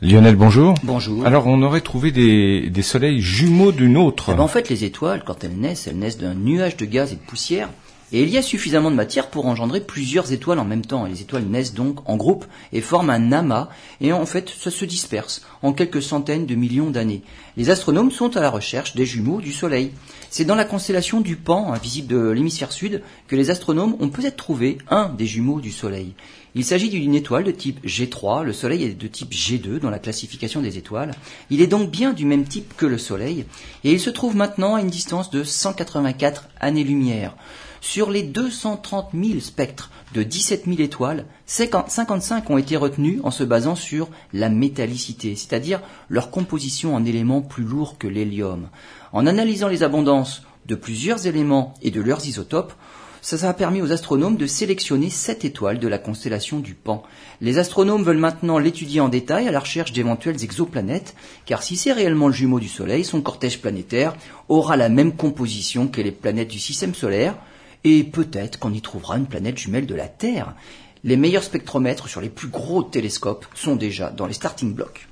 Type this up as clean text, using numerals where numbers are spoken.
Lionel, bonjour. Bonjour. Alors, on aurait trouvé des soleils jumeaux d'une autre. En fait, les étoiles, quand elles naissent d'un nuage de gaz et de poussière, et il y a suffisamment de matière pour engendrer plusieurs étoiles en même temps. Et les étoiles naissent donc en groupe et forment un amas, et en fait, ça se disperse en quelques centaines de millions d'années. Les astronomes sont à la recherche des jumeaux du Soleil. C'est dans la constellation du Pan, visible de l'hémisphère sud, que les astronomes ont peut-être trouvé un des jumeaux du Soleil. Il s'agit d'une étoile de type G3, le Soleil est de type G2 dans la classification des étoiles. Il est donc bien du même type que le Soleil, et il se trouve maintenant à une distance de 184 années-lumière. Sur les 230 000 spectres de 17 000 étoiles, 55 ont été retenus en se basant sur la métallicité, c'est-à-dire leur composition en éléments plus lourds que l'hélium. En analysant les abondances de plusieurs éléments et de leurs isotopes, ça a permis aux astronomes de sélectionner 7 étoiles de la constellation du Pan. Les astronomes veulent maintenant l'étudier en détail à la recherche d'éventuelles exoplanètes, car si c'est réellement le jumeau du Soleil, son cortège planétaire aura la même composition que les planètes du système solaire, et peut-être qu'on y trouvera une planète jumelle de la Terre. Les meilleurs spectromètres sur les plus gros télescopes sont déjà dans les starting blocks.